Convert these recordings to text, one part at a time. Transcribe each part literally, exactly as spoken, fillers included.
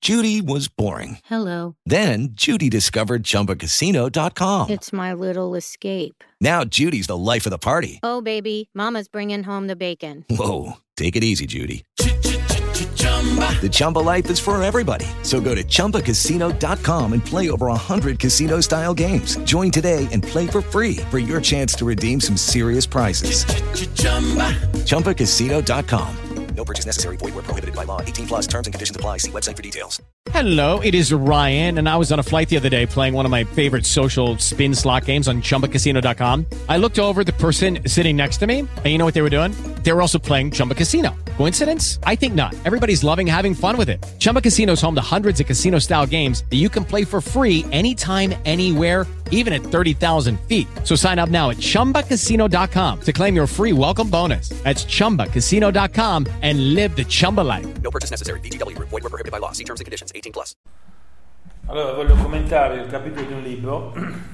Judy was boring. Hello. Then Judy discovered Chumba Casino dot com. It's my little escape. Now Judy's the life of the party. Oh, baby, mama's bringing home the bacon. Whoa, take it easy, Judy. The Chumba life is for everybody. So go to Chumba Casino dot com and play over one hundred casino-style games. Join today and play for free for your chance to redeem some serious prizes. Chumba Casino dot com. No purchase necessary. Void where prohibited by law. eighteen plus terms and conditions apply. See website for details. Hello, it is Ryan, and I was on a flight the other day playing one of my favorite social spin slot games on Chumba Casino dot com. I looked over at the person sitting next to me, and you know what they were doing? They were also playing Chumba Casino. Coincidence? I think not. Everybody's loving having fun with it. Chumba Casino is home to hundreds of casino-style games that you can play for free anytime, anywhere, even at thirty thousand feet. So sign up now at Chumba Casino dot com to claim your free welcome bonus. That's Chumba Casino dot com and live the Chumba life. No purchase necessary. V G W. Void where prohibited by law. See terms and conditions. eighteen plus. Allora, voglio commentare il capitolo di un libro,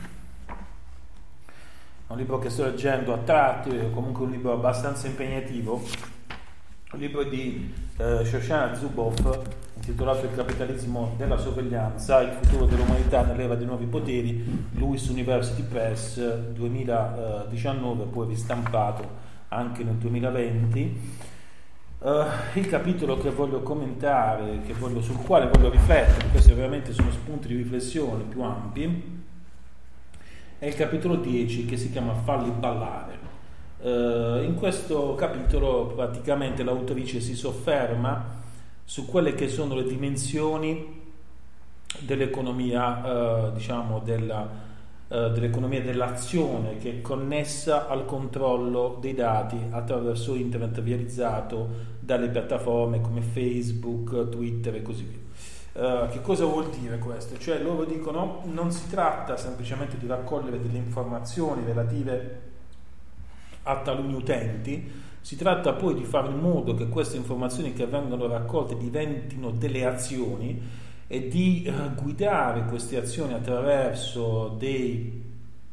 un libro che sto leggendo a tratti, o comunque un libro abbastanza impegnativo, un libro di eh, Shoshana Zuboff, intitolato Il capitalismo della sorveglianza, il futuro dell'umanità nell'era dei nuovi poteri, Lewis University Press, duemiladiciannove, poi ristampato anche nel duemilaventi. Uh, il capitolo che voglio commentare, che voglio, sul quale voglio riflettere, questi ovviamente sono spunti di riflessione più ampi, è il capitolo dieci, che si chiama Falli ballare. Uh, in questo capitolo praticamente l'autrice si sofferma su quelle che sono le dimensioni dell'economia, uh, diciamo della dell'economia dell'azione, che è connessa al controllo dei dati attraverso internet realizzato dalle piattaforme come Facebook, Twitter e così via. Uh, che cosa vuol dire questo? Cioè loro dicono non si tratta semplicemente di raccogliere delle informazioni relative a taluni utenti, si tratta poi di fare in modo che queste informazioni che vengono raccolte diventino delle azioni e di uh, guidare queste azioni attraverso dei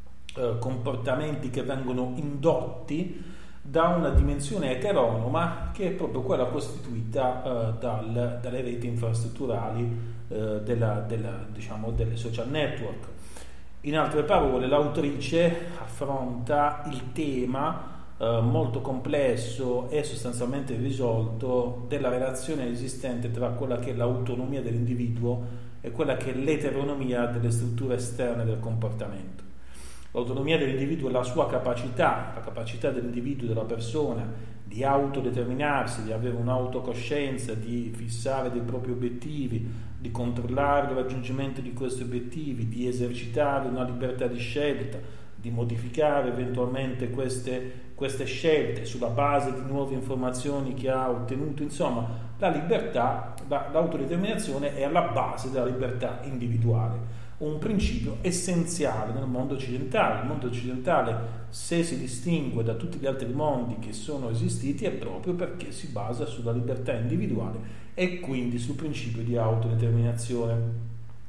uh, comportamenti che vengono indotti da una dimensione eteronoma, che è proprio quella costituita uh, dal, dalle reti infrastrutturali uh, della, della, diciamo, delle social network. In altre parole, l'autrice affronta il tema Uh, molto complesso e sostanzialmente risolto della relazione esistente tra quella che è l'autonomia dell'individuo e quella che è l'eteronomia delle strutture esterne del comportamento. L'autonomia dell'individuo è la sua capacità, la capacità dell'individuo, della persona, di autodeterminarsi, di avere un'autocoscienza, di fissare dei propri obiettivi, di controllare il raggiungimento di questi obiettivi, di esercitare una libertà di scelta, di modificare eventualmente queste, queste scelte sulla base di nuove informazioni che ha ottenuto. Insomma, la libertà, la, l'autodeterminazione è alla base della libertà individuale, un principio essenziale nel mondo occidentale. Il mondo occidentale, se si distingue da tutti gli altri mondi che sono esistiti, è proprio perché si basa sulla libertà individuale e quindi sul principio di autodeterminazione.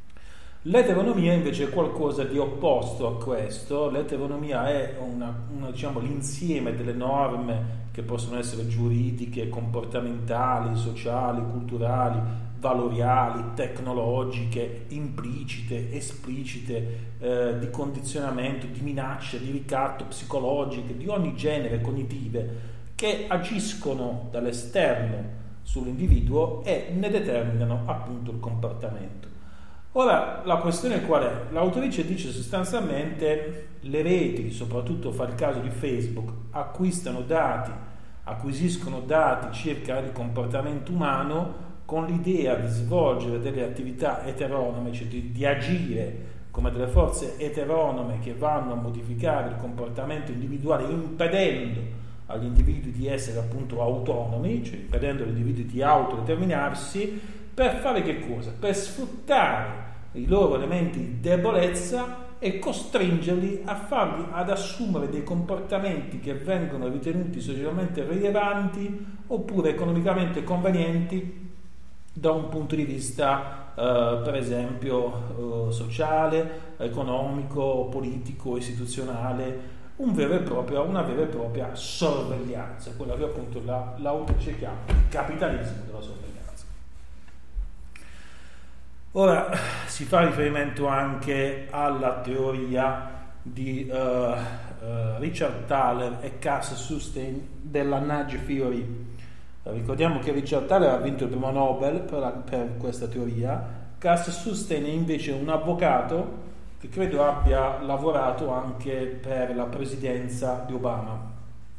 L'eteronomia invece è qualcosa di opposto a questo. L'eteronomia è una, una, diciamo, l'insieme delle norme che possono essere giuridiche, comportamentali, sociali, culturali, valoriali, tecnologiche, implicite, esplicite, eh, di condizionamento, di minacce, di ricatto, psicologiche, di ogni genere, cognitive, che agiscono dall'esterno sull'individuo e ne determinano appunto il comportamento. Ora, la questione qual è? L'autrice dice sostanzialmente le reti, soprattutto fa il caso di Facebook, acquistano dati, acquisiscono dati circa il comportamento umano con l'idea di svolgere delle attività eteronome, cioè di, di agire come delle forze eteronome che vanno a modificare il comportamento individuale, impedendo agli individui di essere appunto autonomi, cioè impedendo agli individui di autodeterminarsi. Per fare che cosa? Per sfruttare i loro elementi di debolezza e costringerli a farli ad assumere dei comportamenti che vengono ritenuti socialmente rilevanti oppure economicamente convenienti da un punto di vista eh, per esempio eh, sociale, economico, politico, istituzionale, un vero e proprio, una vera e propria sorveglianza, quella che appunto la, l'autrice chiama il capitalismo della sorveglianza. Ora si fa riferimento anche alla teoria di uh, uh, Richard Thaler e Cass Sunstein della nudge theory. Ricordiamo che Richard Thaler ha vinto il primo Nobel per, la, per questa teoria. Cass Sunstein è invece un avvocato che credo abbia lavorato anche per la presidenza di Obama.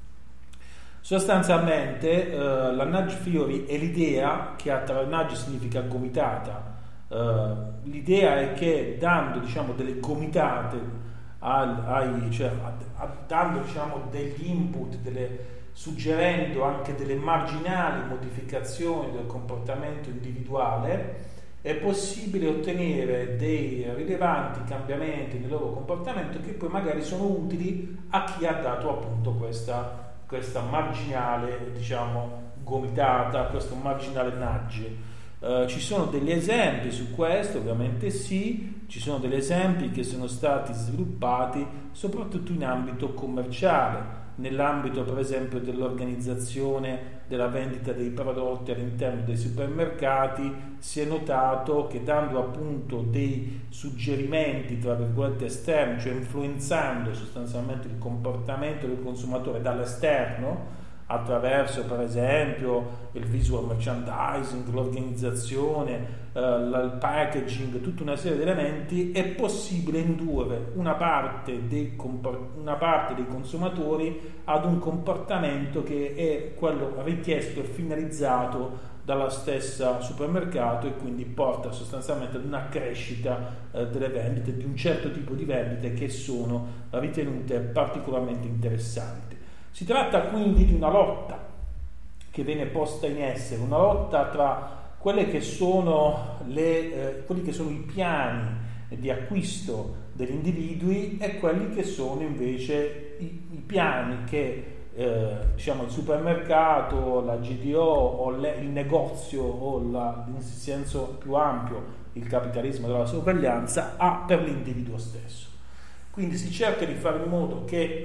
Sostanzialmente eh, la nudge theory è l'idea che attra- nudge significa gomitata. Uh, l'idea è che dando, diciamo, delle gomitate al, ai, cioè, a, a, dando, diciamo, degli input, delle, suggerendo anche delle marginali modificazioni del comportamento individuale, è possibile ottenere dei rilevanti cambiamenti nel loro comportamento che poi magari sono utili a chi ha dato appunto questa, questa marginale, diciamo, gomitata, questo marginale nudge. Uh, ci sono degli esempi su questo, ovviamente sì, ci sono degli esempi che sono stati sviluppati soprattutto in ambito commerciale, nell'ambito per esempio dell'organizzazione della vendita dei prodotti all'interno dei supermercati. Si è notato che dando appunto dei suggerimenti tra virgolette esterni, cioè influenzando sostanzialmente il comportamento del consumatore dall'esterno, attraverso per esempio il visual merchandising, l'organizzazione, eh, il packaging, tutta una serie di elementi, è possibile indurre una parte, dei compor- una parte dei consumatori ad un comportamento che è quello richiesto e finalizzato dalla stessa supermercato, e quindi porta sostanzialmente ad una crescita eh, delle vendite, di un certo tipo di vendite che sono ritenute particolarmente interessanti. Si tratta quindi di una lotta che viene posta in essere, una lotta tra quelle che sono le, eh, quelli che sono i piani di acquisto degli individui e quelli che sono invece i, i piani che eh, diciamo il supermercato, la G D O o le, il negozio o la, in senso più ampio il capitalismo della sorveglianza ha per l'individuo stesso. Quindi si cerca di fare in modo che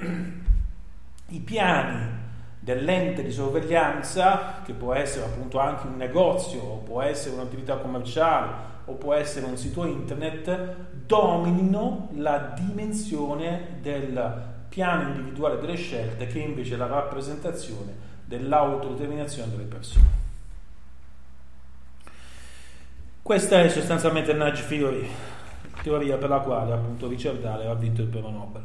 i piani dell'ente di sorveglianza, che può essere appunto anche un negozio, o può essere un'attività commerciale, o può essere un sito internet, dominino la dimensione del piano individuale delle scelte, che è invece la rappresentazione dell'autodeterminazione delle persone. Questa è sostanzialmente il nudge theory, teoria per la quale appunto Richard Thaler ha vinto il premio Nobel.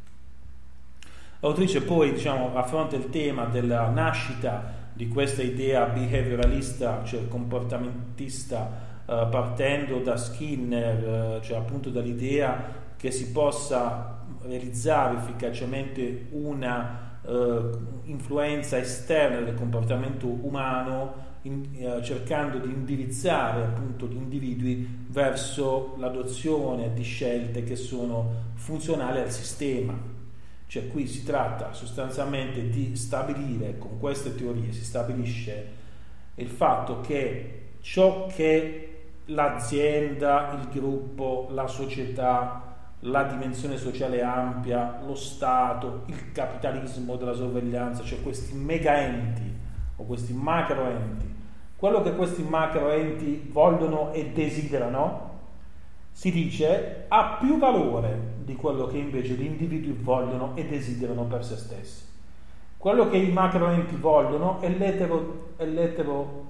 L'autrice poi, diciamo, affronta il tema della nascita di questa idea behavioralista, cioè comportamentista, eh, partendo da Skinner, eh, cioè appunto dall'idea che si possa realizzare efficacemente una eh, influenza esterna del comportamento umano, in, eh, cercando di indirizzare appunto gli individui verso l'adozione di scelte che sono funzionali al sistema. Cioè qui si tratta sostanzialmente di stabilire, con queste teorie si stabilisce il fatto che ciò che l'azienda, il gruppo, la società, la dimensione sociale ampia, lo Stato, il capitalismo della sorveglianza, cioè questi mega enti o questi macro enti, quello che questi macro enti vogliono e desiderano, si dice, ha più valore di quello che invece gli individui vogliono e desiderano per se stessi. Quello che i macroenti vogliono è, l'etero, è l'etero,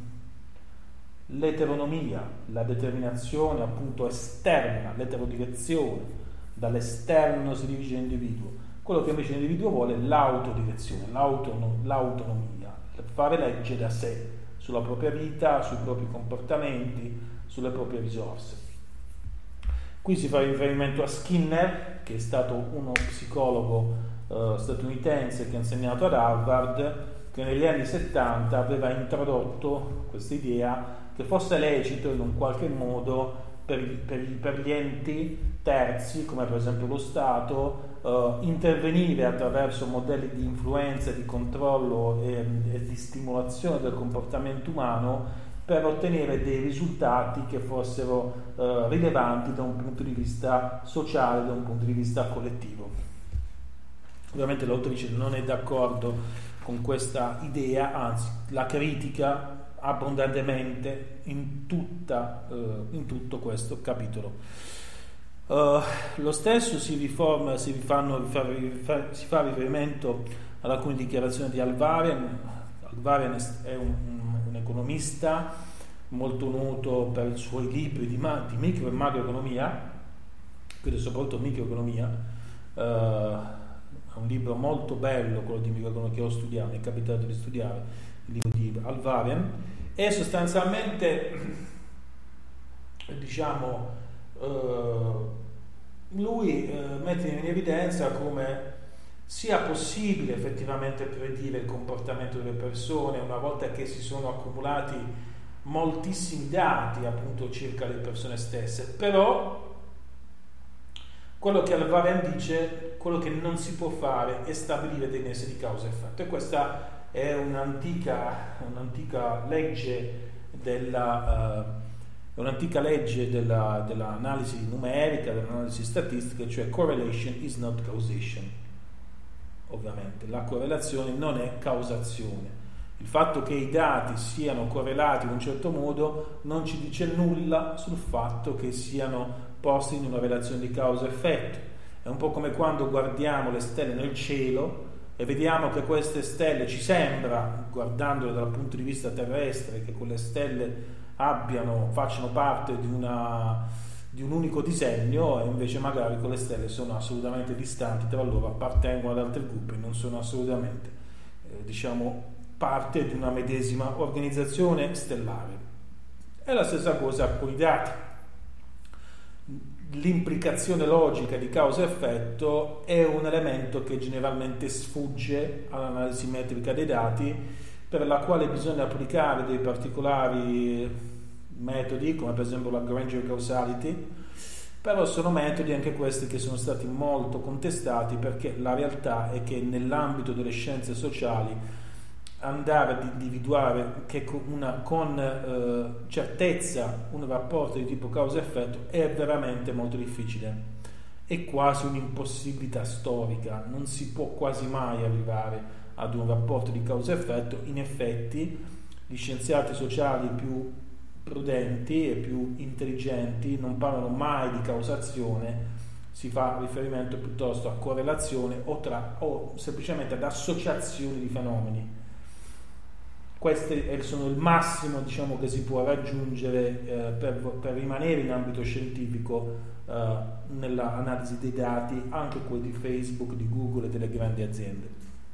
mh, l'eteronomia, la determinazione appunto esterna, l'eterodirezione, dall'esterno si dirige l'individuo. Quello che invece l'individuo vuole è l'autodirezione, l'autono, l'autonomia, fare legge da sé sulla propria vita, sui propri comportamenti, sulle proprie risorse. Qui si fa riferimento a Skinner, che è stato uno psicologo eh, statunitense che ha insegnato ad Harvard, che negli anni settanta aveva introdotto questa idea che fosse lecito in un qualche modo per, per, per gli enti terzi, come per esempio lo Stato, eh, intervenire attraverso modelli di influenza, di controllo e, e di stimolazione del comportamento umano, per ottenere dei risultati che fossero eh, rilevanti da un punto di vista sociale, da un punto di vista collettivo. Ovviamente l'autrice non è d'accordo con questa idea, anzi la critica abbondantemente in, tutta, uh, in tutto questo capitolo. Uh, lo stesso si, riforma, si, rifanno, si fa riferimento ad alcune dichiarazioni di Al-Varian. Al-Varian è un, un, un economista molto noto per i suoi libri di, ma, di micro e macroeconomia, quindi soprattutto microeconomia. Uh, è un libro molto bello, quello di microeconomia che ho studiato, mi è capitato di studiare il libro di Al-Varian, e sostanzialmente diciamo uh, lui uh, mette in evidenza come sia possibile effettivamente predire il comportamento delle persone una volta che si sono accumulati moltissimi dati appunto circa le persone stesse, però quello che Al-Varian dice, quello che non si può fare è stabilire dei nessi di causa e effetto, e questa è un'antica, un'antica legge della uh, un'antica legge della, dell'analisi numerica, dell'analisi statistica, cioè correlation is not causation. Ovviamente la correlazione non è causazione. Il fatto che i dati siano correlati in un certo modo non ci dice nulla sul fatto che siano posti in una relazione di causa-effetto. È un po' come quando guardiamo le stelle nel cielo e vediamo che queste stelle, ci sembra, guardandole dal punto di vista terrestre, che quelle stelle abbiano, facciano parte di, una, di un unico disegno, e invece magari quelle stelle sono assolutamente distanti tra loro, appartengono ad altri gruppi, non sono assolutamente eh, diciamo parte di una medesima organizzazione stellare. È la stessa cosa con i dati. L'implicazione logica di causa-effetto è un elemento che generalmente sfugge all'analisi metrica dei dati, per la quale bisogna applicare dei particolari metodi, come per esempio la Granger causality, però sono metodi anche questi che sono stati molto contestati, perché la realtà è che nell'ambito delle scienze sociali andare ad individuare che con, una, con eh, certezza un rapporto di tipo causa-effetto è veramente molto difficile, è quasi un'impossibilità storica, non si può quasi mai arrivare ad un rapporto di causa-effetto. In effetti gli scienziati sociali più prudenti e più intelligenti non parlano mai di causazione, si fa riferimento piuttosto a correlazione o, tra, o semplicemente ad associazioni di fenomeni. Questi sono il massimo, diciamo, che si può raggiungere eh, per, per rimanere in ambito scientifico eh, nell'analisi dei dati, anche quelli di Facebook, di Google e delle grandi aziende.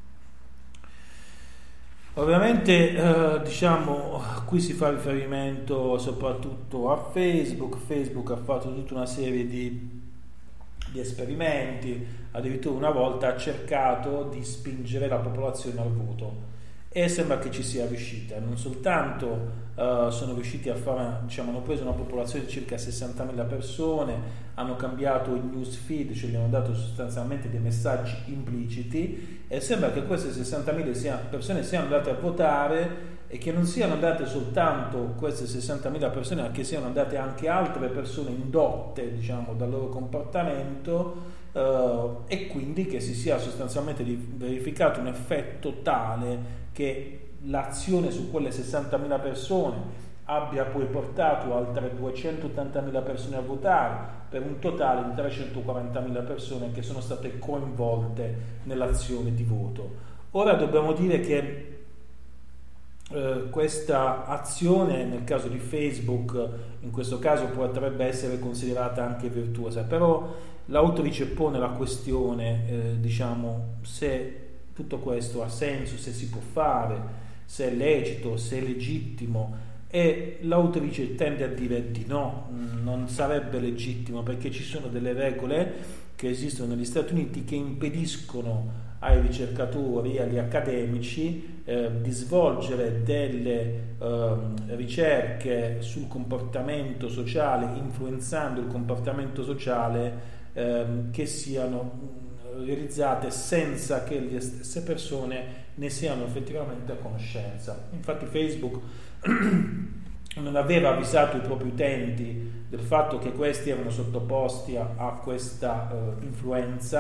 Ovviamente eh, diciamo qui si fa riferimento soprattutto a Facebook. Facebook ha fatto tutta una serie di, di esperimenti, addirittura una volta ha cercato di spingere la popolazione al voto, e sembra che ci sia riuscita. Non soltanto uh, sono riusciti a fare, diciamo, hanno preso una popolazione di circa sessantamila persone, hanno cambiato il news feed, cioè gli hanno dato sostanzialmente dei messaggi impliciti, e sembra che queste sessantamila persone siano andate a votare, e che non siano andate soltanto queste sessantamila persone, ma che siano andate anche altre persone indotte, diciamo, dal loro comportamento, uh, e quindi che si sia sostanzialmente verificato un effetto tale che l'azione su quelle sessantamila persone abbia poi portato altre duecentottantamila persone a votare, per un totale di trecentoquarantamila persone che sono state coinvolte nell'azione di voto. Ora dobbiamo dire che eh, questa azione, nel caso di Facebook, in questo caso potrebbe essere considerata anche virtuosa, però l'autrice pone la questione, eh, diciamo, se tutto questo ha senso, se si può fare, se è lecito, se è legittimo, e l'autrice tende a dire di no, non sarebbe legittimo, perché ci sono delle regole che esistono negli Stati Uniti che impediscono ai ricercatori, agli accademici eh, di svolgere delle eh, ricerche sul comportamento sociale, influenzando il comportamento sociale, eh, che siano realizzate senza che le stesse persone ne siano effettivamente a conoscenza. Infatti Facebook non aveva avvisato i propri utenti del fatto che questi erano sottoposti a, a questa uh, influenza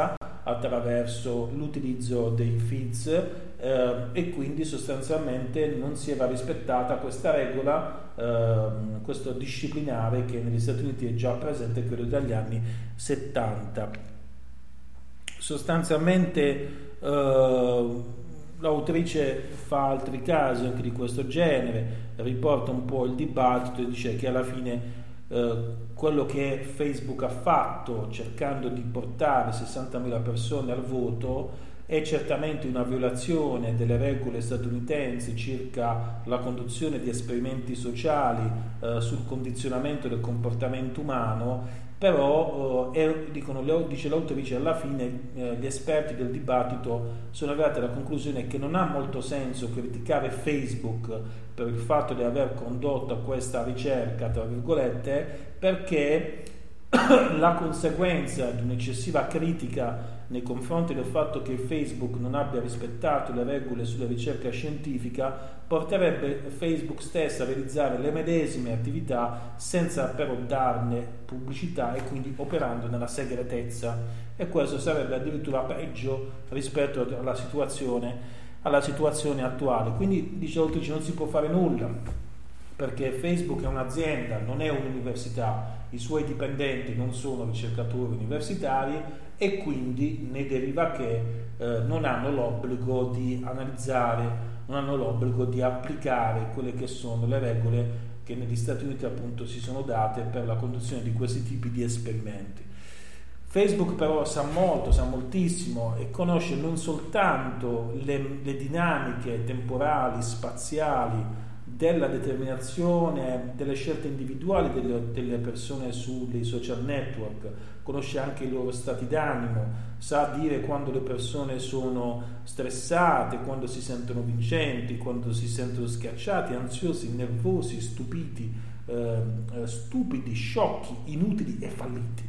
attraverso l'utilizzo dei feeds eh, e quindi sostanzialmente non si era rispettata questa regola, eh, questo disciplinare che negli Stati Uniti è già presente, credo dagli anni settanta. Sostanzialmente eh, l'autrice fa altri casi anche di questo genere, riporta un po' il dibattito e dice che alla fine eh, quello che Facebook ha fatto cercando di portare sessantamila persone al voto è certamente una violazione delle regole statunitensi circa la conduzione di esperimenti sociali eh, sul condizionamento del comportamento umano, però eh, dicono, dice l'autrice, alla fine eh, gli esperti del dibattito sono arrivati alla conclusione che non ha molto senso criticare Facebook per il fatto di aver condotto questa ricerca, tra virgolette, perché la conseguenza di un'eccessiva critica nei confronti del fatto che Facebook non abbia rispettato le regole sulla ricerca scientifica porterebbe Facebook stessa a realizzare le medesime attività senza però darne pubblicità e quindi operando nella segretezza, e questo sarebbe addirittura peggio rispetto alla situazione alla situazione attuale. Quindi dice l'autrice, non si può fare nulla perché Facebook è un'azienda, non è un'università, i suoi dipendenti non sono ricercatori universitari e quindi ne deriva che eh, non hanno l'obbligo di analizzare, non hanno l'obbligo di applicare quelle che sono le regole che negli Stati Uniti appunto si sono date per la conduzione di questi tipi di esperimenti. Facebook però sa molto, sa moltissimo e conosce non soltanto le, le dinamiche temporali, spaziali, della determinazione delle scelte individuali delle, delle persone sui social network, conosce anche i loro stati d'animo, sa dire quando le persone sono stressate, quando si sentono vincenti, quando si sentono schiacciati, ansiosi, nervosi, stupiti, eh, stupidi, sciocchi, inutili e falliti.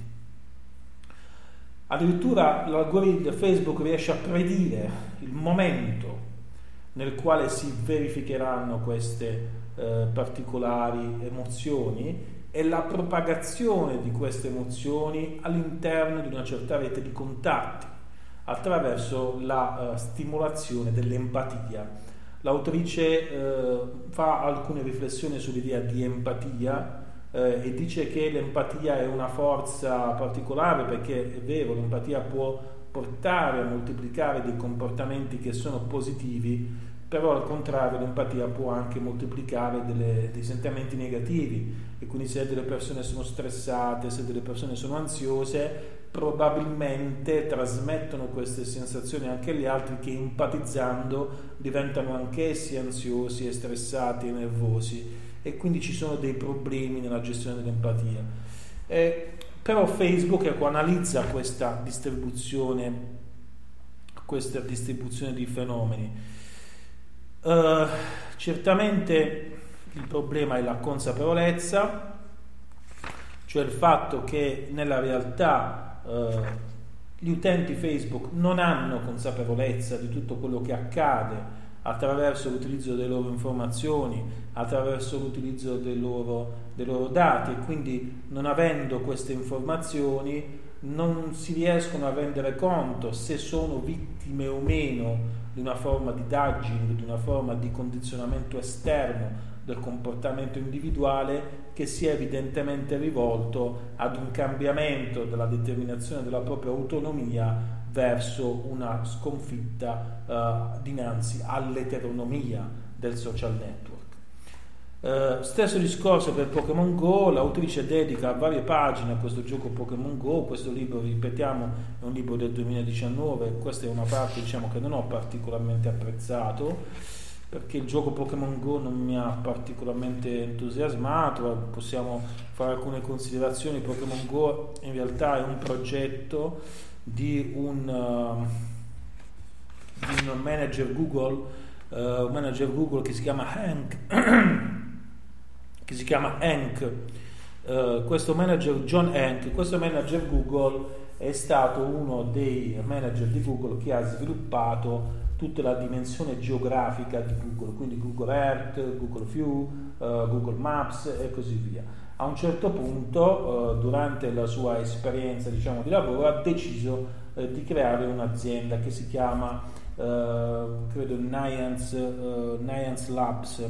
Addirittura l'algoritmo Facebook riesce a predire il momento nel quale si verificheranno queste eh, particolari emozioni e la propagazione di queste emozioni all'interno di una certa rete di contatti attraverso la uh, stimolazione dell'empatia. L'autrice eh, fa alcune riflessioni sull'idea di empatia eh, e dice che l'empatia è una forza particolare, perché è vero, l'empatia può portare a moltiplicare dei comportamenti che sono positivi, però al contrario l'empatia può anche moltiplicare delle, dei sentimenti negativi, e quindi se delle persone sono stressate, se delle persone sono ansiose, probabilmente trasmettono queste sensazioni anche agli altri, che empatizzando diventano anch'essi ansiosi e stressati e nervosi, e quindi ci sono dei problemi nella gestione dell'empatia. Eh, però Facebook, ecco, analizza questa distribuzione questa distribuzione di fenomeni. Uh, certamente il problema è la consapevolezza, cioè il fatto che nella realtà uh, gli utenti Facebook non hanno consapevolezza di tutto quello che accade attraverso l'utilizzo delle loro informazioni, attraverso l'utilizzo dei loro, dei loro dati, e quindi non avendo queste informazioni non si riescono a rendere conto se sono vittime o meno di una forma di nudging, di una forma di condizionamento esterno del comportamento individuale, che sia evidentemente rivolto ad un cambiamento della determinazione della propria autonomia verso una sconfitta uh, dinanzi all'eteronomia del social network. Uh, stesso discorso per Pokémon Go. L'autrice dedica varie pagine a questo gioco Pokémon Go. Questo libro, ripetiamo, è un libro del duemiladiciannove. Questa è una parte, diciamo, che non ho particolarmente apprezzato, perché il gioco Pokémon Go non mi ha particolarmente entusiasmato. Possiamo fare alcune considerazioni. Pokémon Go in realtà è un progetto di un, uh, di un manager Google, uh, un manager Google che si chiama Hank, che si chiama Hank. Uh, questo manager, John Hank, questo manager Google è stato uno dei manager di Google che ha sviluppato tutta la dimensione geografica di Google, quindi Google Earth, Google View, uh, Google Maps e così via. A un certo punto, eh, durante la sua esperienza, diciamo, di lavoro, ha deciso eh, di creare un'azienda che si chiama, eh, credo, Niantic, eh, Niantic Labs,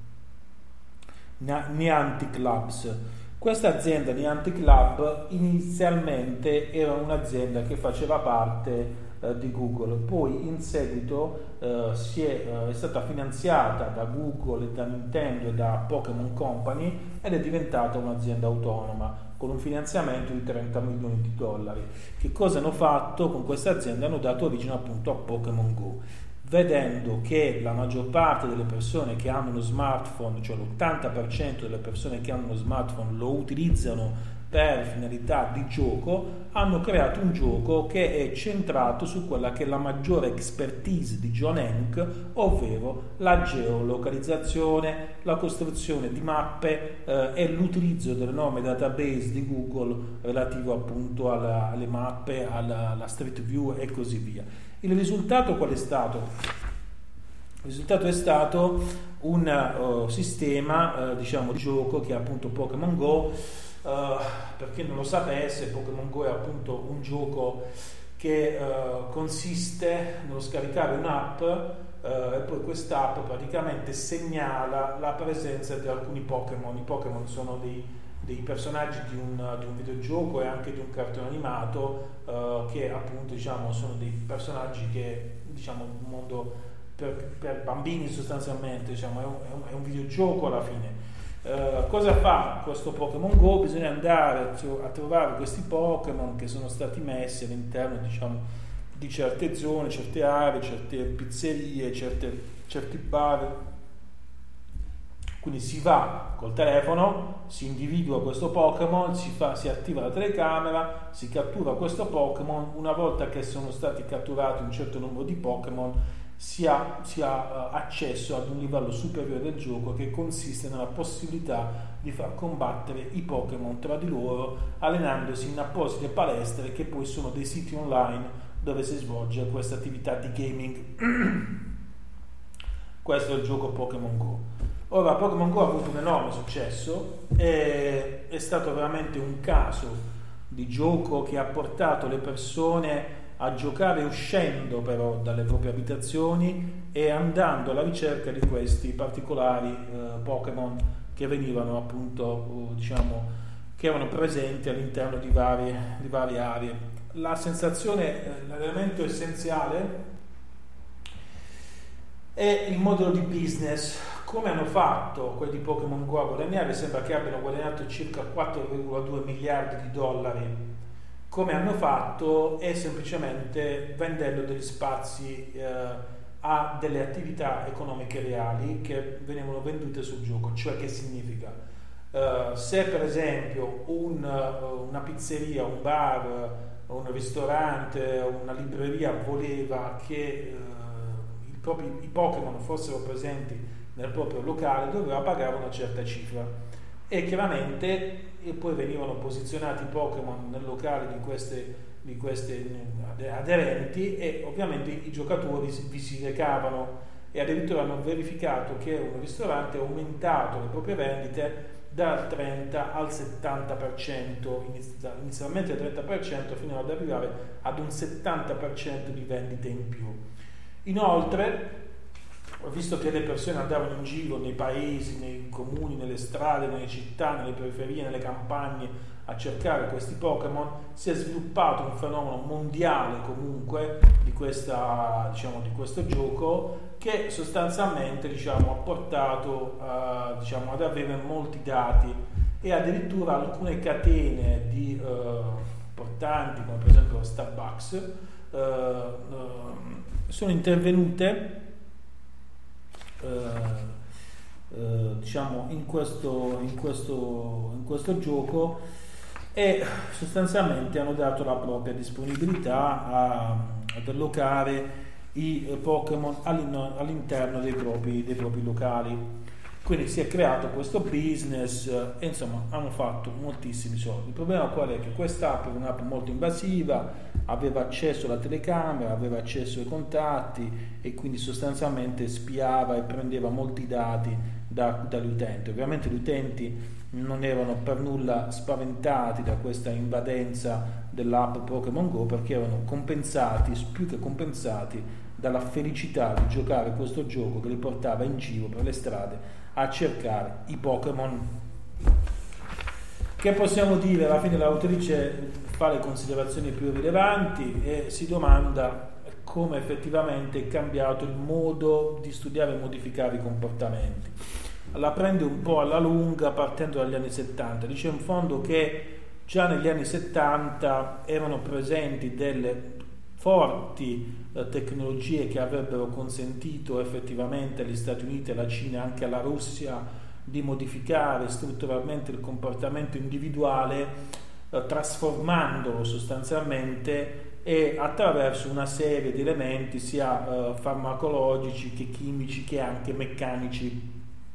Niantic Labs. Questa azienda Niantic Lab inizialmente era un'azienda che faceva parte eh, di Google, poi in seguito eh, si è, eh, è stata finanziata da Google, da Nintendo e da Pokémon Company ed è diventata un'azienda autonoma con un finanziamento di trenta milioni di dollari. Che cosa hanno fatto con questa azienda? Hanno dato origine appunto a Pokémon Go, vedendo che la maggior parte delle persone che hanno uno smartphone, cioè l'ottanta per cento delle persone che hanno uno smartphone lo utilizzano per finalità di gioco, hanno creato un gioco che è centrato su quella che è la maggiore expertise di John Hank, ovvero la geolocalizzazione, la costruzione di mappe eh, e l'utilizzo dell'enorme database di Google relativo appunto alla, alle mappe, alla, alla Street View e così via. Il risultato qual è stato? Il risultato è stato un uh, sistema uh, diciamo di gioco che è appunto Pokémon Go. Uh, per chi non lo sapesse, Pokémon Go è appunto un gioco che uh, consiste nello scaricare un'app uh, e poi quest'app praticamente segnala la presenza di alcuni Pokémon. I Pokémon sono dei, dei personaggi di un, di un videogioco e anche di un cartone animato uh, che appunto diciamo sono dei personaggi che diciamo un mondo per, per bambini sostanzialmente, diciamo è un, è un, è un videogioco alla fine. Uh, cosa fa questo Pokémon Go? Bisogna andare a trovare questi Pokémon che sono stati messi all'interno diciamo di certe zone, certe aree, certe pizzerie, certe, certi bar. Quindi si va col telefono, si individua questo Pokémon, si, fa, si attiva la telecamera, si cattura questo Pokémon. Una volta che sono stati catturati un certo numero di Pokémon, si ha, si ha uh, accesso ad un livello superiore del gioco che consiste nella possibilità di far combattere i Pokémon tra di loro allenandosi in apposite palestre che poi sono dei siti online dove si svolge questa attività di gaming. Questo è il gioco Pokémon Go. Ora, Pokémon Go ha avuto un enorme successo, e è stato veramente un caso di gioco che ha portato le persone a giocare uscendo però dalle proprie abitazioni e andando alla ricerca di questi particolari eh, Pokémon che venivano appunto eh, diciamo che erano presenti all'interno di varie, di varie aree. La sensazione, eh, l'elemento essenziale è il modello di business. Come hanno fatto quelli di Pokémon Go a guadagnare? Sembra che abbiano guadagnato circa quattro virgola due miliardi di dollari. Come hanno fatto è semplicemente vendendo degli spazi eh, a delle attività economiche reali che venivano vendute sul gioco. Cioè, che significa? Uh, se per esempio un, uh, una pizzeria, un bar, un ristorante, una libreria voleva che uh, i, propri, i Pokémon fossero presenti nel proprio locale, doveva pagare una certa cifra. E chiaramente e poi venivano posizionati Pokémon nel locale di queste, di queste aderenti e ovviamente i giocatori vi si recavano e addirittura hanno verificato che un ristorante ha aumentato le proprie vendite dal trenta al settanta per cento, inizialmente al trenta per cento fino ad arrivare ad un settanta per cento di vendite in più. Inoltre, visto che le persone andavano in giro nei paesi, nei comuni, nelle strade, nelle città, nelle periferie, nelle campagne a cercare questi Pokémon, si è sviluppato un fenomeno mondiale comunque di, questa, diciamo, di questo gioco che sostanzialmente diciamo, ha portato uh, diciamo, ad avere molti dati e addirittura alcune catene di uh, importanti come per esempio Starbucks uh, uh, sono intervenute Uh, uh, diciamo in questo, in, questo, in questo gioco e sostanzialmente hanno dato la propria disponibilità a, ad allocare i uh, Pokémon all'interno dei propri, dei propri locali. Quindi si è creato questo business uh, e insomma hanno fatto moltissimi soldi. Il problema qual è? Che quest'app è un'app molto invasiva, aveva accesso alla telecamera, aveva accesso ai contatti e quindi sostanzialmente spiava e prendeva molti dati da, dagli utenti. Ovviamente gli utenti non erano per nulla spaventati da questa invadenza dell'app Pokémon Go, perché erano compensati, più che compensati, dalla felicità di giocare questo gioco che li portava in giro per le strade a cercare i Pokémon. Che possiamo dire? Alla fine l'autrice fa le considerazioni più rilevanti e si domanda come effettivamente è cambiato il modo di studiare e modificare i comportamenti. La prende un po' alla lunga partendo dagli anni settanta. Dice in fondo che già negli anni settanta erano presenti delle forti eh, tecnologie che avrebbero consentito effettivamente agli Stati Uniti, alla Cina e anche alla Russia di modificare strutturalmente il comportamento individuale, eh, trasformandolo sostanzialmente e attraverso una serie di elementi sia eh, farmacologici che chimici che anche meccanici.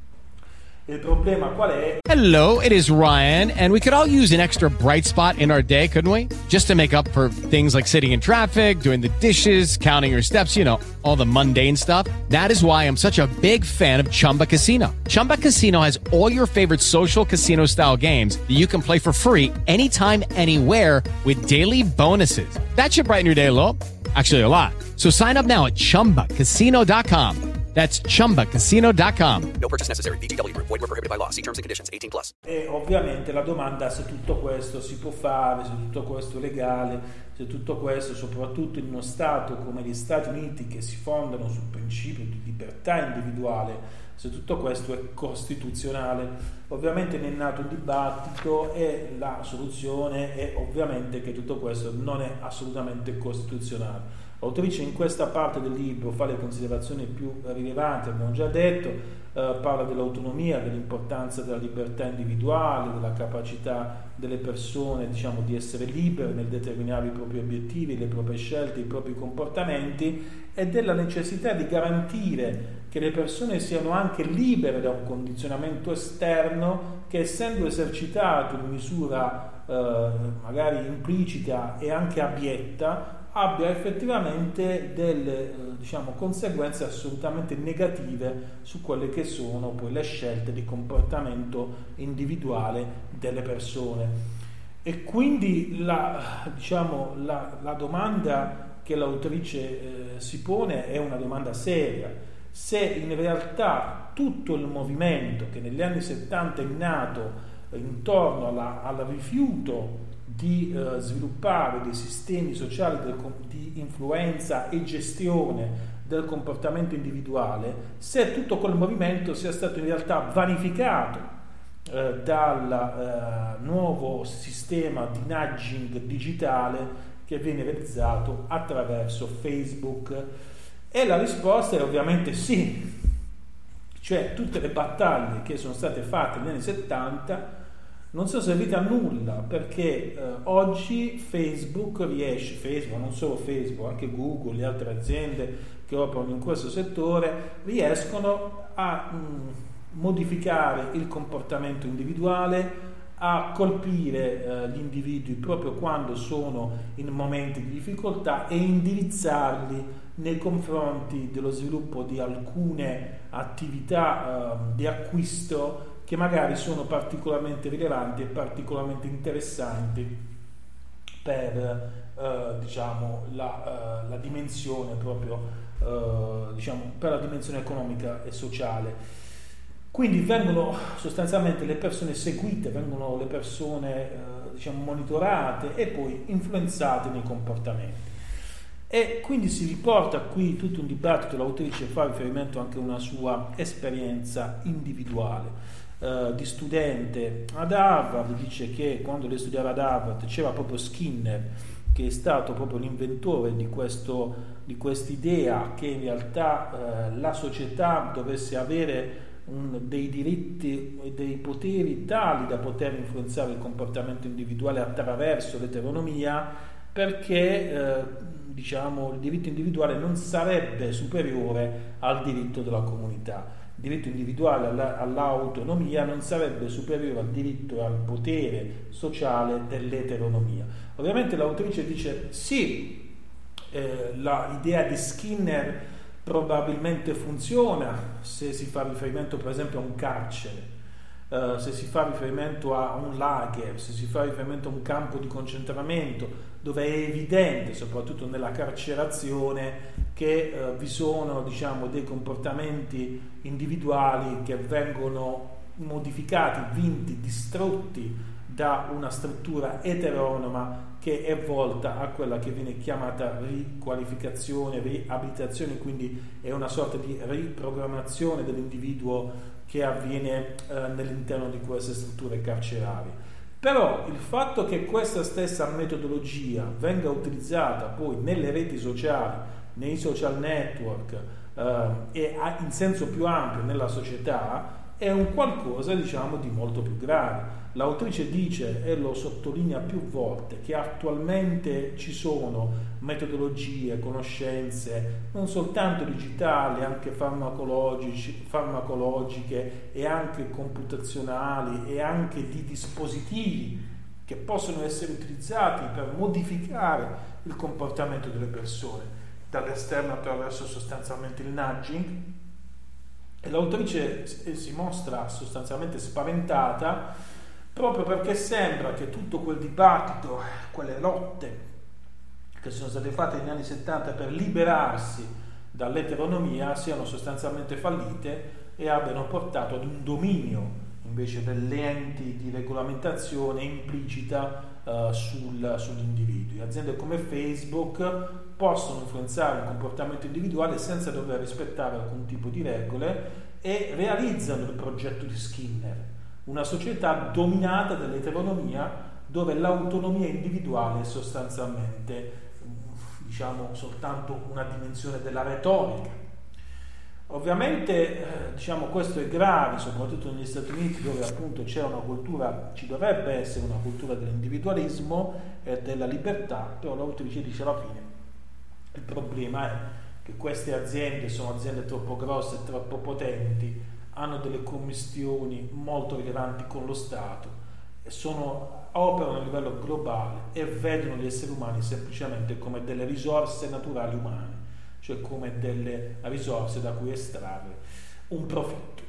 Il problema qual è? Hello, it is Ryan, and we could all use an extra bright spot in our day, couldn't we? Just to make up for things like sitting in traffic, doing the dishes, counting your steps, you know, all the mundane stuff. That is why I'm such a big fan of Chumba Casino. Chumba Casino has all your favorite social casino-style games that you can play for free anytime, anywhere with daily bonuses. That should brighten your day a little. Actually, a lot. So sign up now at chumba casino dot com. That's chumba casino dot com. No purchase necessary. V G W Group. Void where prohibited by law. See terms and conditions. eighteen plus. E ovviamente la domanda è se tutto questo si può fare, se tutto questo è legale, se tutto questo, soprattutto in uno Stato come gli Stati Uniti che si fondano sul principio di libertà individuale, se tutto questo è costituzionale. Ovviamente ne è nato un dibattito e la soluzione è ovviamente che tutto questo non è assolutamente costituzionale. L'autrice in questa parte del libro fa le considerazioni più rilevanti, abbiamo già detto, eh, parla dell'autonomia, dell'importanza della libertà individuale, della capacità delle persone, diciamo, di essere libere nel determinare i propri obiettivi, le proprie scelte, i propri comportamenti, e della necessità di garantire che le persone siano anche libere da un condizionamento esterno che, essendo esercitato in misura eh, magari implicita e anche abietta, abbia effettivamente delle eh, diciamo conseguenze assolutamente negative su quelle che sono poi le scelte di comportamento individuale delle persone. E quindi la, diciamo, la, la domanda che l'autrice eh, si pone è una domanda seria: se in realtà tutto il movimento che negli anni settanta è nato eh, intorno alla, al rifiuto di eh, sviluppare dei sistemi sociali del, di influenza e gestione del comportamento individuale, se tutto quel movimento sia stato in realtà vanificato eh, dal eh, nuovo sistema di nudging digitale che viene realizzato attraverso Facebook. E la risposta è ovviamente sì, cioè tutte le battaglie che sono state fatte negli anni settanta non sono servite a nulla, perché eh, oggi Facebook riesce, Facebook, non solo Facebook, anche Google, le altre aziende che operano in questo settore, riescono a mh, modificare il comportamento individuale, a colpire eh, gli individui proprio quando sono in momenti di difficoltà e indirizzarli nei confronti dello sviluppo di alcune attività eh, di acquisto che magari sono particolarmente rilevanti e particolarmente interessanti per eh, diciamo la, eh, la dimensione proprio eh, diciamo per la dimensione economica e sociale. Quindi vengono sostanzialmente le persone seguite, vengono le persone eh, diciamo monitorate e poi influenzate nei comportamenti. E quindi si riporta qui tutto un dibattito, l'autrice fa riferimento anche a una sua esperienza individuale. Uh, di studente ad Harvard, dice che quando lei studiava ad Harvard c'era proprio Skinner, che è stato proprio l'inventore di questo di quest'idea che in realtà uh, la società dovesse avere un, dei diritti e dei poteri tali da poter influenzare il comportamento individuale attraverso l'eteronomia, perché uh, diciamo il diritto individuale non sarebbe superiore al diritto della comunità. Il diritto individuale alla, all'autonomia non sarebbe superiore al diritto e al potere sociale dell'eteronomia. Ovviamente l'autrice dice sì, eh, la, l'idea di Skinner probabilmente funziona se si fa riferimento per esempio a un carcere, Uh, se si fa riferimento a un lager, se si fa riferimento a un campo di concentramento, dove è evidente, soprattutto nella carcerazione, che uh, vi sono, diciamo, dei comportamenti individuali che vengono modificati, vinti, distrutti da una struttura eteronoma che è volta a quella che viene chiamata riqualificazione, riabilitazione, quindi è una sorta di riprogrammazione dell'individuo che avviene eh, nell'interno di queste strutture carcerarie. Però il fatto che questa stessa metodologia venga utilizzata poi nelle reti sociali, nei social network eh, e in senso più ampio nella società è un qualcosa, diciamo, di molto più grave. L'autrice dice, e lo sottolinea più volte, che attualmente ci sono metodologie, conoscenze non soltanto digitali, anche farmacologici, farmacologiche e anche computazionali e anche di dispositivi che possono essere utilizzati per modificare il comportamento delle persone dall'esterno attraverso sostanzialmente il nudging. E l'autrice si mostra sostanzialmente spaventata proprio perché sembra che tutto quel dibattito, quelle lotte che sono state fatte negli anni settanta per liberarsi dall'eteronomia siano sostanzialmente fallite e abbiano portato ad un dominio invece delle enti di regolamentazione implicita uh, sul, sugli individui. Aziende come Facebook possono influenzare il comportamento individuale senza dover rispettare alcun tipo di regole e realizzano il progetto di Skinner, una società dominata dall'eteronomia dove l'autonomia individuale è sostanzialmente, diciamo, soltanto una dimensione della retorica. Ovviamente eh, diciamo questo è grave, soprattutto negli Stati Uniti, dove appunto c'è una cultura, ci dovrebbe essere una cultura dell'individualismo e della libertà, però l'autrice dice alla fine il problema è che queste aziende sono aziende troppo grosse e troppo potenti, hanno delle commistioni molto rilevanti con lo Stato, sono, operano a livello globale e vedono gli esseri umani semplicemente come delle risorse naturali umane, cioè come delle risorse da cui estrarre un profitto.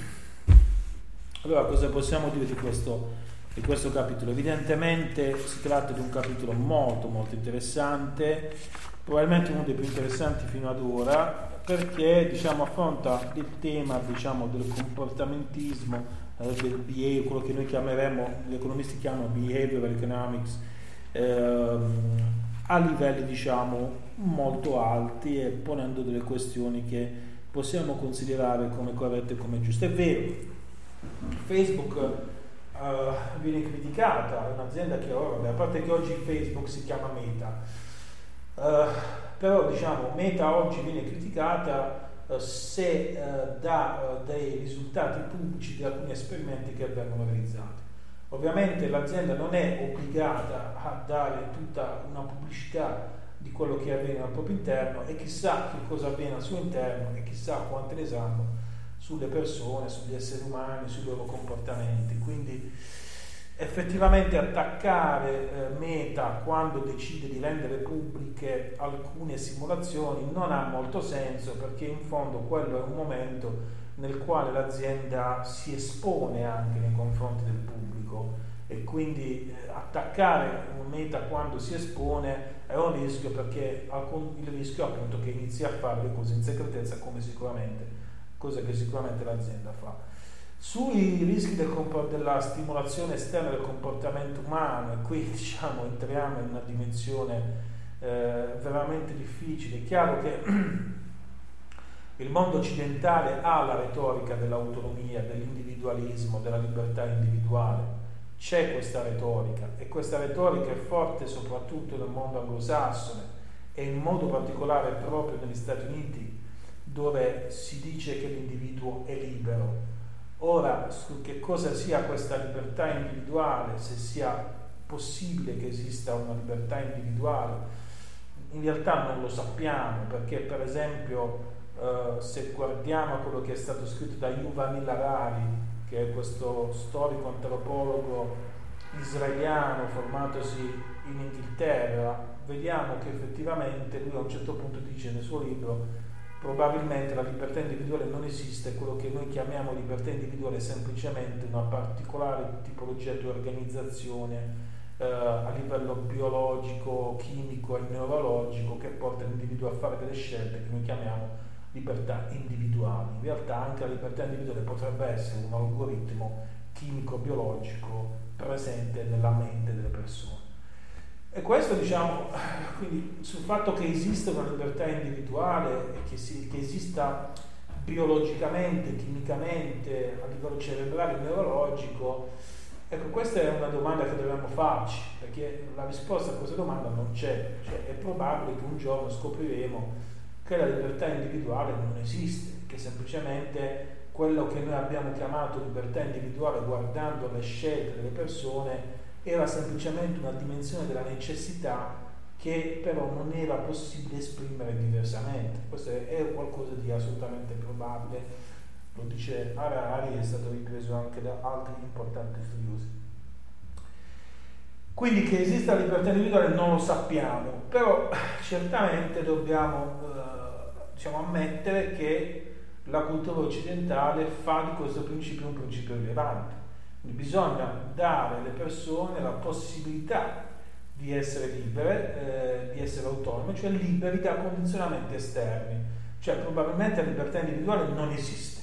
Allora, cosa possiamo dire di questo, di questo capitolo? Evidentemente si tratta di un capitolo molto molto interessante, probabilmente uno dei più interessanti fino ad ora, perché diciamo affronta il tema, diciamo, del comportamentismo, eh, del behavior, quello che noi chiameremo, gli economisti chiamano behavioral economics, ehm, a livelli, diciamo, molto alti e ponendo delle questioni che possiamo considerare come corrette e come giuste. È vero, Facebook uh, viene criticata, è un'azienda che ora, a parte che oggi Facebook si chiama Meta, uh, però diciamo Meta oggi viene criticata uh, se uh, dà uh, dei risultati pubblici di alcuni esperimenti che vengono realizzati. Ovviamente l'azienda non è obbligata a dare tutta una pubblicità di quello che avviene al proprio interno e chissà che cosa avviene al suo interno e chissà quante ne sanno sulle persone, sugli esseri umani, sui loro comportamenti. Quindi effettivamente attaccare eh, Meta quando decide di rendere pubbliche alcune simulazioni non ha molto senso, perché in fondo quello è un momento nel quale l'azienda si espone anche nei confronti del pubblico e quindi eh, attaccare un Meta quando si espone è un rischio, perché il rischio è appunto che inizi a fare le cose in segretezza, come sicuramente, cosa che sicuramente l'azienda fa. Sui rischi del compor- della stimolazione esterna del comportamento umano, e qui diciamo entriamo in una dimensione eh, veramente difficile. È chiaro che il mondo occidentale ha la retorica dell'autonomia, dell'individualismo, della libertà individuale. C'è questa retorica e questa retorica è forte soprattutto nel mondo anglosassone e in modo particolare proprio negli Stati Uniti, dove si dice che l'individuo è libero. Ora, su che cosa sia questa libertà individuale, se sia possibile che esista una libertà individuale, in realtà non lo sappiamo, perché per esempio Uh, se guardiamo a quello che è stato scritto da Yuval Harari, che è questo storico antropologo israeliano formatosi in Inghilterra, vediamo che effettivamente lui a un certo punto dice nel suo libro probabilmente la libertà individuale non esiste, quello che noi chiamiamo libertà individuale è semplicemente una particolare tipologia di organizzazione eh, a livello biologico, chimico e neurologico che porta l'individuo a fare delle scelte che noi chiamiamo libertà individuali. In realtà anche la libertà individuale potrebbe essere un algoritmo chimico-biologico presente nella mente delle persone. E questo, diciamo, quindi sul fatto che esista una libertà individuale e che, si, che esista biologicamente, chimicamente, a livello cerebrale e neurologico, ecco, questa è una domanda che dobbiamo farci, perché la risposta a questa domanda non c'è. Cioè, è probabile che un giorno scopriremo che la libertà individuale non esiste, che semplicemente quello che noi abbiamo chiamato libertà individuale guardando le scelte delle persone era semplicemente una dimensione della necessità che però non era possibile esprimere diversamente. Questo è qualcosa di assolutamente probabile, lo dice Harari, è stato ripreso anche da altri importanti studiosi. Quindi che esista la libertà individuale non lo sappiamo, però certamente dobbiamo eh, diciamo, ammettere che la cultura occidentale fa di questo principio un principio rilevante. Quindi bisogna dare alle persone la possibilità di essere libere, eh, di essere autonome, cioè liberi da condizionamenti esterni. Cioè probabilmente la libertà individuale non esiste,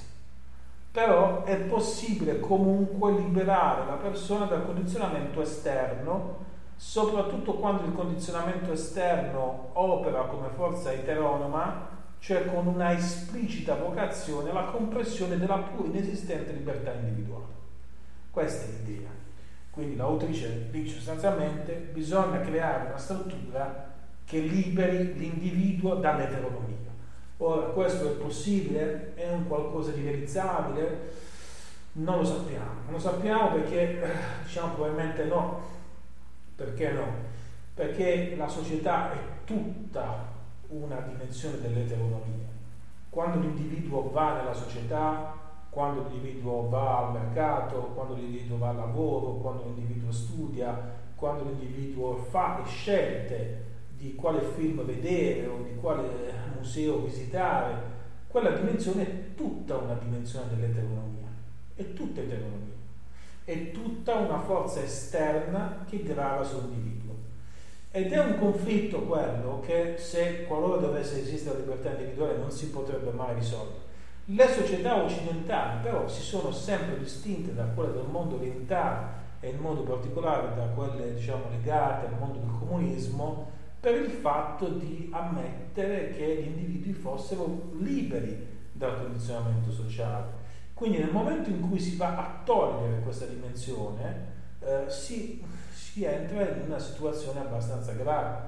però è possibile comunque liberare la persona dal condizionamento esterno, soprattutto quando il condizionamento esterno opera come forza eteronoma, cioè con una esplicita vocazione alla compressione della pur inesistente libertà individuale. Questa è l'idea. Quindi l'autrice dice sostanzialmente bisogna creare una struttura che liberi l'individuo dall'eteronomia. Ora, questo è possibile? È un qualcosa di realizzabile? Non lo sappiamo. Non lo sappiamo perché, diciamo, probabilmente no. Perché no? Perché la società è tutta una dimensione dell'eteronomia. Quando l'individuo va nella società, quando l'individuo va al mercato, quando l'individuo va al lavoro, quando l'individuo studia, quando l'individuo fa le scelte di quale film vedere o di quale museo visitare, quella dimensione è tutta una dimensione dell'eteronomia, è tutta eteronomia, è tutta una forza esterna che grava sull'individuo. Ed è un conflitto quello che, se qualora dovesse esistere la libertà individuale, non si potrebbe mai risolvere. Le società occidentali però si sono sempre distinte da quelle del mondo orientale e in modo particolare da quelle, diciamo, legate al mondo del comunismo, per il fatto di ammettere che gli individui fossero liberi dal condizionamento sociale. Quindi nel momento in cui si va a togliere questa dimensione eh, si, si entra in una situazione abbastanza grave,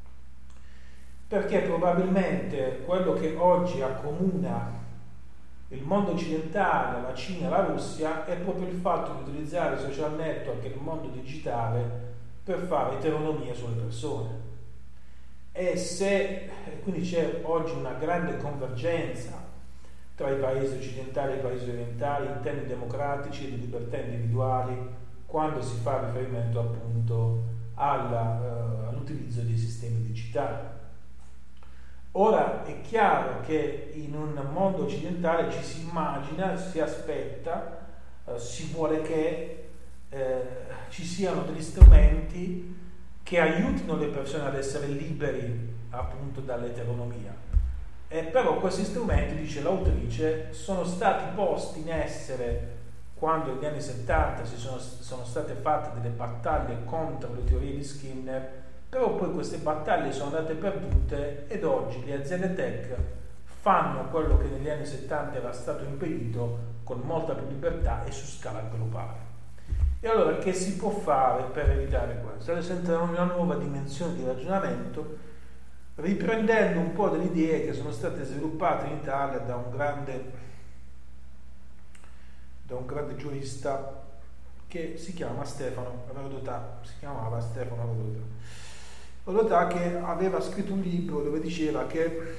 perché probabilmente quello che oggi accomuna il mondo occidentale, la Cina e la Russia è proprio il fatto di utilizzare i social network e il mondo digitale per fare eteronomia sulle persone. E se quindi c'è oggi una grande convergenza tra i paesi occidentali e i paesi orientali in termini democratici e di libertà individuali, quando si fa riferimento appunto alla, uh, all'utilizzo dei sistemi digitali. Ora è chiaro che in un mondo occidentale ci si immagina, si aspetta, uh, si vuole che uh, ci siano degli strumenti che aiutino le persone ad essere liberi appunto dall'eteronomia. E però questi strumenti, dice l'autrice, sono stati posti in essere quando negli anni settanta si sono, sono state fatte delle battaglie contro le teorie di Skinner, però poi queste battaglie sono andate perdute ed oggi le aziende tech fanno quello che negli anni settanta era stato impedito con molta più libertà e su scala globale. E allora che si può fare per evitare questo? Adesso entriamo in una nuova dimensione di ragionamento, riprendendo un po' delle idee che sono state sviluppate in Italia da un grande da un grande giurista che si chiama Stefano Rodotà, si chiamava Stefano Rodotà. Rodotà che aveva scritto un libro dove diceva che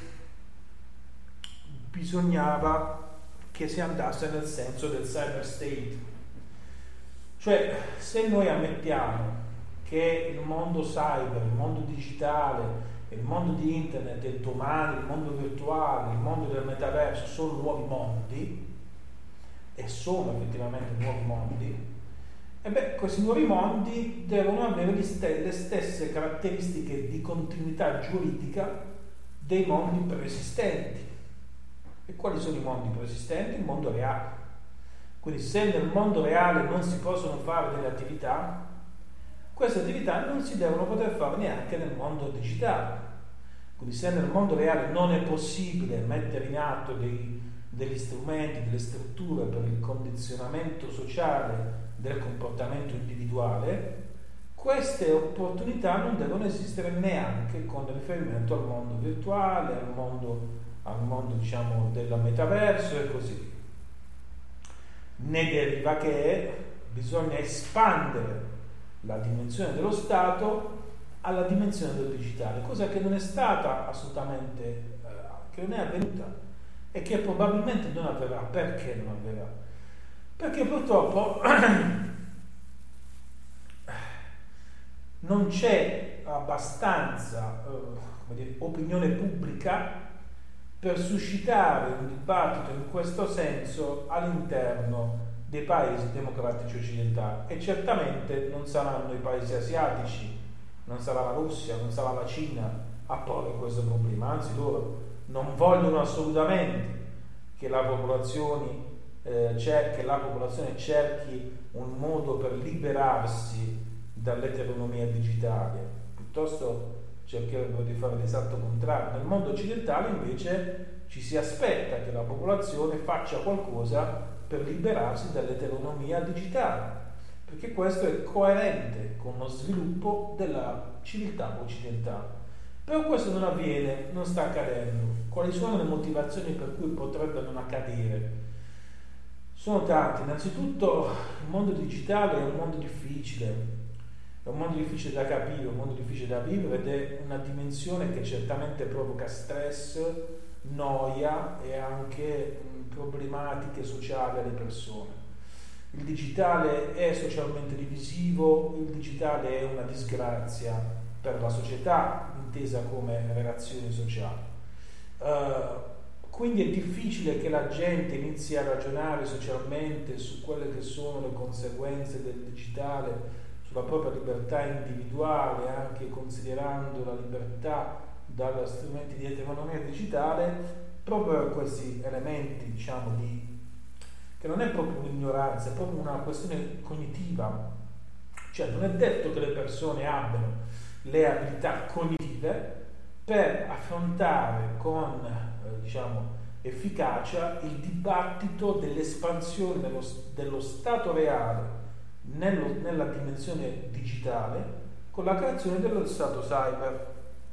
bisognava che si andasse nel senso del cyber state. Cioè, se noi ammettiamo che il mondo cyber, il mondo digitale il mondo di internet e domani il mondo virtuale, il mondo del metaverso sono nuovi mondi, e sono effettivamente nuovi mondi, e beh, questi nuovi mondi devono avere le stesse caratteristiche di continuità giuridica dei mondi preesistenti. E quali sono i mondi preesistenti? Il mondo reale. Quindi se nel mondo reale non si possono fare delle attività, queste attività non si devono poter fare neanche nel mondo digitale. Quindi se nel mondo reale non è possibile mettere in atto dei, degli strumenti, delle strutture per il condizionamento sociale del comportamento individuale, queste opportunità non devono esistere neanche con riferimento al mondo virtuale, al mondo, al mondo diciamo del metaverso e così via. Ne deriva che bisogna espandere la dimensione dello Stato alla dimensione del digitale, cosa che non è stata assolutamente, eh, che non è avvenuta e che probabilmente non avverrà. Perché non avverrà? Perché purtroppo non c'è abbastanza eh, come dire, opinione pubblica per suscitare un dibattito in questo senso all'interno dei paesi democratici occidentali, e certamente non saranno i paesi asiatici, non sarà la Russia, non sarà la Cina a porre questo problema, anzi loro non vogliono assolutamente che la popolazione eh, cerchi, la popolazione cerchi un modo per liberarsi dall'eteronomia digitale, piuttosto cercherebbero di fare l'esatto contrario. Nel mondo occidentale invece ci si aspetta che la popolazione faccia qualcosa per liberarsi dall'eteronomia digitale, perché questo è coerente con lo sviluppo della civiltà occidentale. Però questo non avviene, non sta accadendo. Quali sono le motivazioni per cui potrebbe non accadere? Sono tante. Innanzitutto il mondo digitale è un mondo difficile, è un mondo difficile da capire, un mondo difficile da vivere, ed è una dimensione che certamente provoca stress, noia e anche mh, problematiche sociali alle persone. Il digitale è socialmente divisivo, il digitale è una disgrazia per la società, intesa come relazioni sociali. Uh, quindi è difficile che la gente inizi a ragionare socialmente su quelle che sono le conseguenze del digitale sulla propria libertà individuale, anche considerando la libertà dagli strumenti di economia digitale, proprio per questi elementi, diciamo, di che non è proprio un'ignoranza, è proprio una questione cognitiva. Cioè non è detto che le persone abbiano le abilità cognitive per affrontare con eh, diciamo efficacia il dibattito dell'espansione dello, dello stato reale nello, nella dimensione digitale con la creazione dello stato cyber.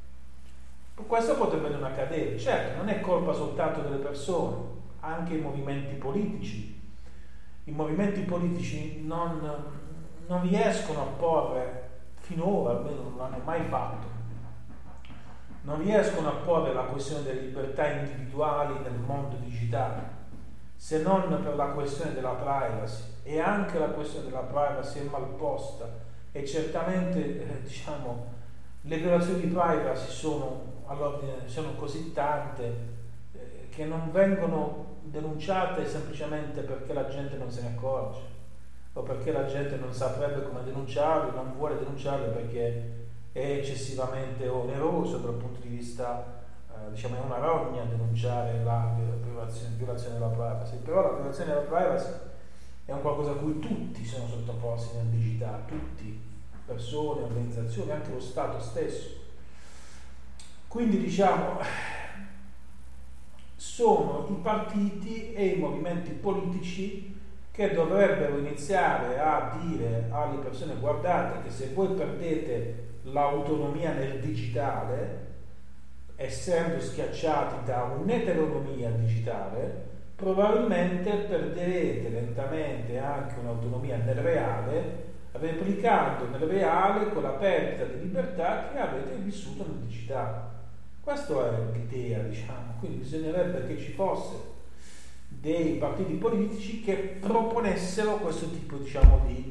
Questo potrebbe non accadere. Certo, non è colpa soltanto delle persone, anche i movimenti politici. I movimenti politici non, non riescono a porre, finora almeno non l'hanno mai fatto, non riescono a porre la questione delle libertà individuali nel mondo digitale, se non per la questione della privacy, e anche la questione della privacy è mal posta, e certamente eh, diciamo le violazioni di privacy sono all'ordine, sono così tante eh, che non vengono denunciate semplicemente perché la gente non se ne accorge, o perché la gente non saprebbe come denunciarle, non vuole denunciarle perché è eccessivamente oneroso dal punto di vista eh, diciamo è una rogna denunciare la violazione, violazione della privacy. Però la violazione della privacy è un qualcosa a cui tutti sono sottoposti nel digitale, tutti, persone, organizzazioni, anche lo Stato stesso. Quindi diciamo sono i partiti e i movimenti politici che dovrebbero iniziare a dire alle persone: guardate che se voi perdete l'autonomia nel digitale, essendo schiacciati da un'eteronomia digitale, probabilmente perderete lentamente anche un'autonomia nel reale, replicando nel reale quella perdita di libertà che avete vissuto nel digitale. Questa è l'idea, diciamo. Quindi bisognerebbe che ci fosse dei partiti politici che proponessero questo tipo, diciamo, di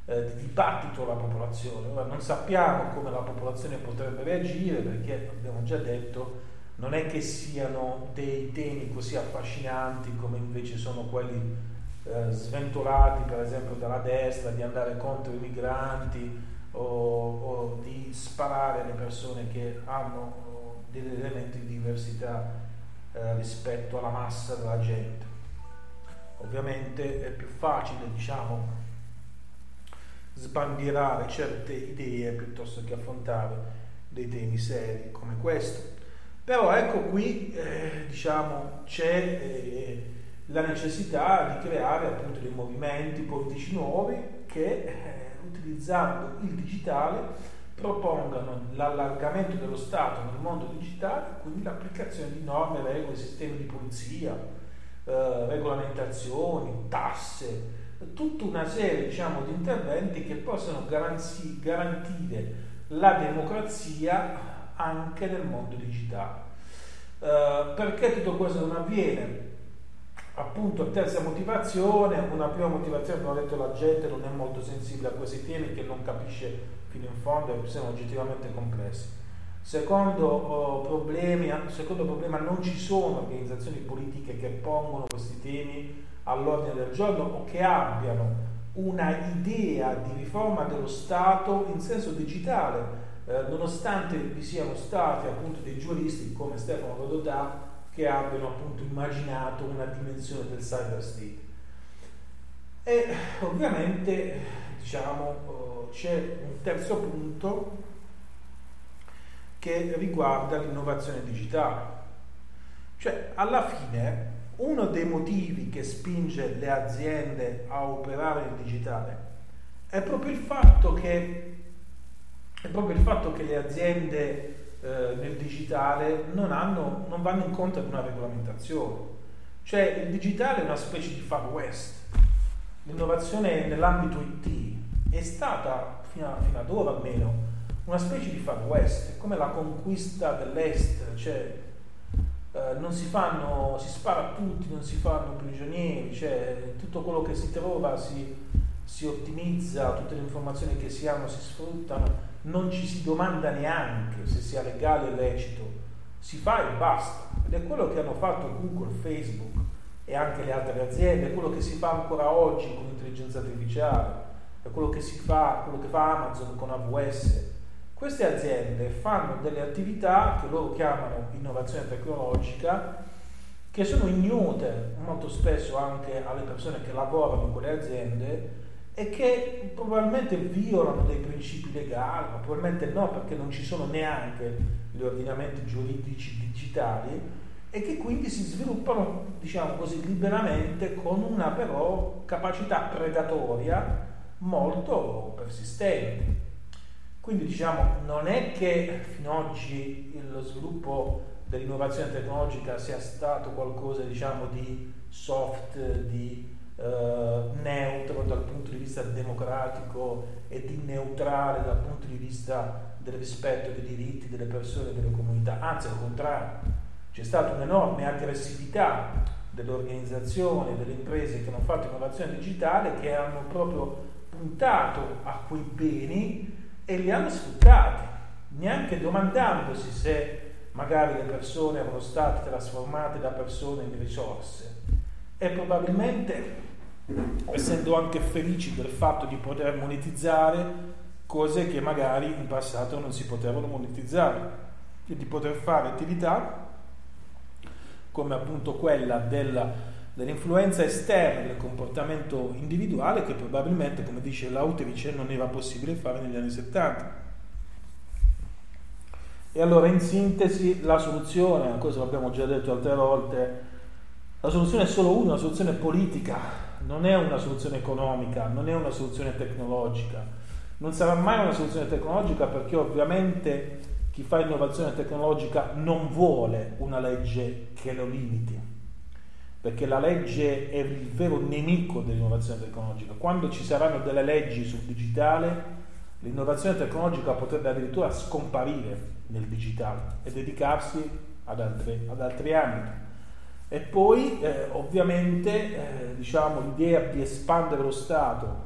eh, di dibattito alla popolazione. Ora non sappiamo come la popolazione potrebbe reagire, perché abbiamo già detto non è che siano dei temi così affascinanti come invece sono quelli eh, sventolati per esempio dalla destra, di andare contro i migranti o, o di sparare alle persone che hanno degli elementi di diversità eh, rispetto alla massa della gente. Ovviamente è più facile, diciamo, sbandierare certe idee piuttosto che affrontare dei temi seri come questo. Però ecco qui eh, diciamo c'è eh, la necessità di creare appunto dei movimenti politici nuovi che eh, utilizzando il digitale propongano l'allargamento dello Stato nel mondo digitale, quindi l'applicazione di norme, regole, sistemi di polizia, eh, regolamentazioni, tasse, tutta una serie, diciamo, di interventi che possano garanzi, garantire la democrazia anche nel mondo digitale. Eh, perché tutto questo non avviene? Appunto, terza motivazione, una prima motivazione, come ho detto, la gente non è molto sensibile a questi temi, che non capisce fino in fondo e sono oggettivamente complessi. Secondo oh, problemi, secondo problema, non ci sono organizzazioni politiche che pongono questi temi all'ordine del giorno o che abbiano una idea di riforma dello Stato in senso digitale, eh, nonostante vi siano stati appunto dei giuristi come Stefano Rodotà che abbiano appunto immaginato una dimensione del cyber state. E ovviamente, diciamo, c'è un terzo punto che riguarda l'innovazione digitale. Cioè, alla fine, uno dei motivi che spinge le aziende a operare nel digitale è proprio il fatto che è proprio il fatto che le aziende eh, nel digitale non hanno, non vanno incontro ad una regolamentazione. Cioè, il digitale è una specie di Far West. L'innovazione nell'ambito I T è stata, fino, a, fino ad ora almeno, una specie di Far West, come la conquista dell'Est, cioè eh, non si fanno, si spara a tutti, non si fanno prigionieri, cioè tutto quello che si trova si, si ottimizza, tutte le informazioni che si hanno si sfruttano, non ci si domanda neanche se sia legale o lecito, si fa e basta. Ed è quello che hanno fatto Google, Facebook e anche le altre aziende, è quello che si fa ancora oggi con l'intelligenza artificiale, è quello che si fa, quello che fa Amazon con A W S. Queste aziende fanno delle attività che loro chiamano innovazione tecnologica, che sono ignote molto spesso anche alle persone che lavorano in quelle aziende e che probabilmente violano dei principi legali, ma probabilmente no, perché non ci sono neanche gli ordinamenti giuridici digitali, e che quindi si sviluppano, diciamo così, liberamente, con una però capacità predatoria molto persistente. Quindi, diciamo, non è che fino ad oggi lo sviluppo dell'innovazione tecnologica sia stato qualcosa, diciamo, di soft, di eh, neutro dal punto di vista democratico e di neutrale dal punto di vista del rispetto dei diritti delle persone e delle comunità. Anzi, al contrario, c'è stata un'enorme aggressività delle organizzazioni, delle imprese che hanno fatto innovazione digitale, che hanno proprio puntato a quei beni e li hanno sfruttati, neanche domandandosi se magari le persone erano state trasformate da persone in risorse, e probabilmente essendo anche felici del fatto di poter monetizzare cose che magari in passato non si potevano monetizzare, e di poter fare attività come appunto quella della, dell'influenza esterna del comportamento individuale, che probabilmente, come dice l'autrice, non era possibile fare negli anni settanta. E allora, in sintesi, la soluzione, questo l'abbiamo già detto altre volte, la soluzione è solo una, una soluzione politica, non è una soluzione economica, non è una soluzione tecnologica, non sarà mai una soluzione tecnologica, perché ovviamente chi fa innovazione tecnologica non vuole una legge che lo limiti, perché la legge è il vero nemico dell'innovazione tecnologica. Quando ci saranno delle leggi sul digitale, l'innovazione tecnologica potrebbe addirittura scomparire nel digitale e dedicarsi ad, altre, ad altri ambiti. E poi eh, ovviamente eh, diciamo l'idea di espandere lo Stato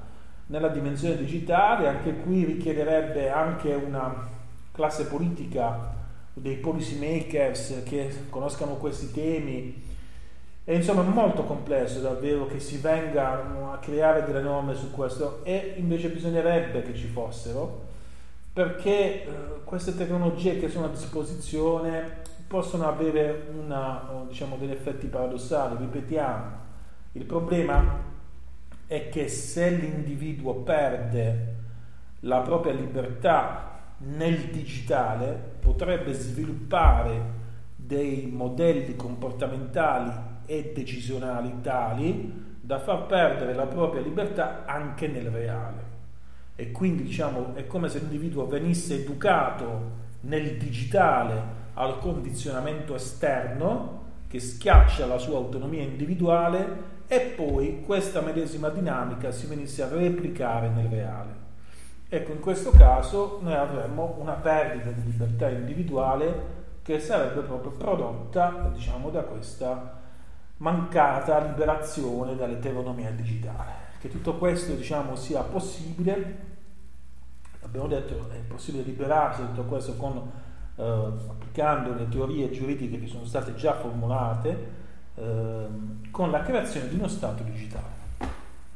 nella dimensione digitale. Anche qui richiederebbe anche una classe politica, dei policy makers che conoscano questi temi, e insomma è molto complesso davvero che si venga a creare delle norme su questo, e invece bisognerebbe che ci fossero, perché eh, queste tecnologie che sono a disposizione possono avere una, diciamo, degli effetti paradossali. Ripetiamo, il problema è che se l'individuo perde la propria libertà nel digitale, potrebbe sviluppare dei modelli comportamentali e decisionali tali da far perdere la propria libertà anche nel reale. E quindi, diciamo, è come se l'individuo venisse educato nel digitale al condizionamento esterno che schiaccia la sua autonomia individuale, e poi questa medesima dinamica si venisse a replicare nel reale. Ecco, in questo caso noi avremmo una perdita di libertà individuale che sarebbe proprio prodotta, diciamo, da questa mancata liberazione dall'eteronomia digitale. Che tutto questo, diciamo, sia possibile, abbiamo detto, è possibile liberarsi da tutto questo con eh, applicando le teorie giuridiche che sono state già formulate, eh, con la creazione di uno Stato digitale.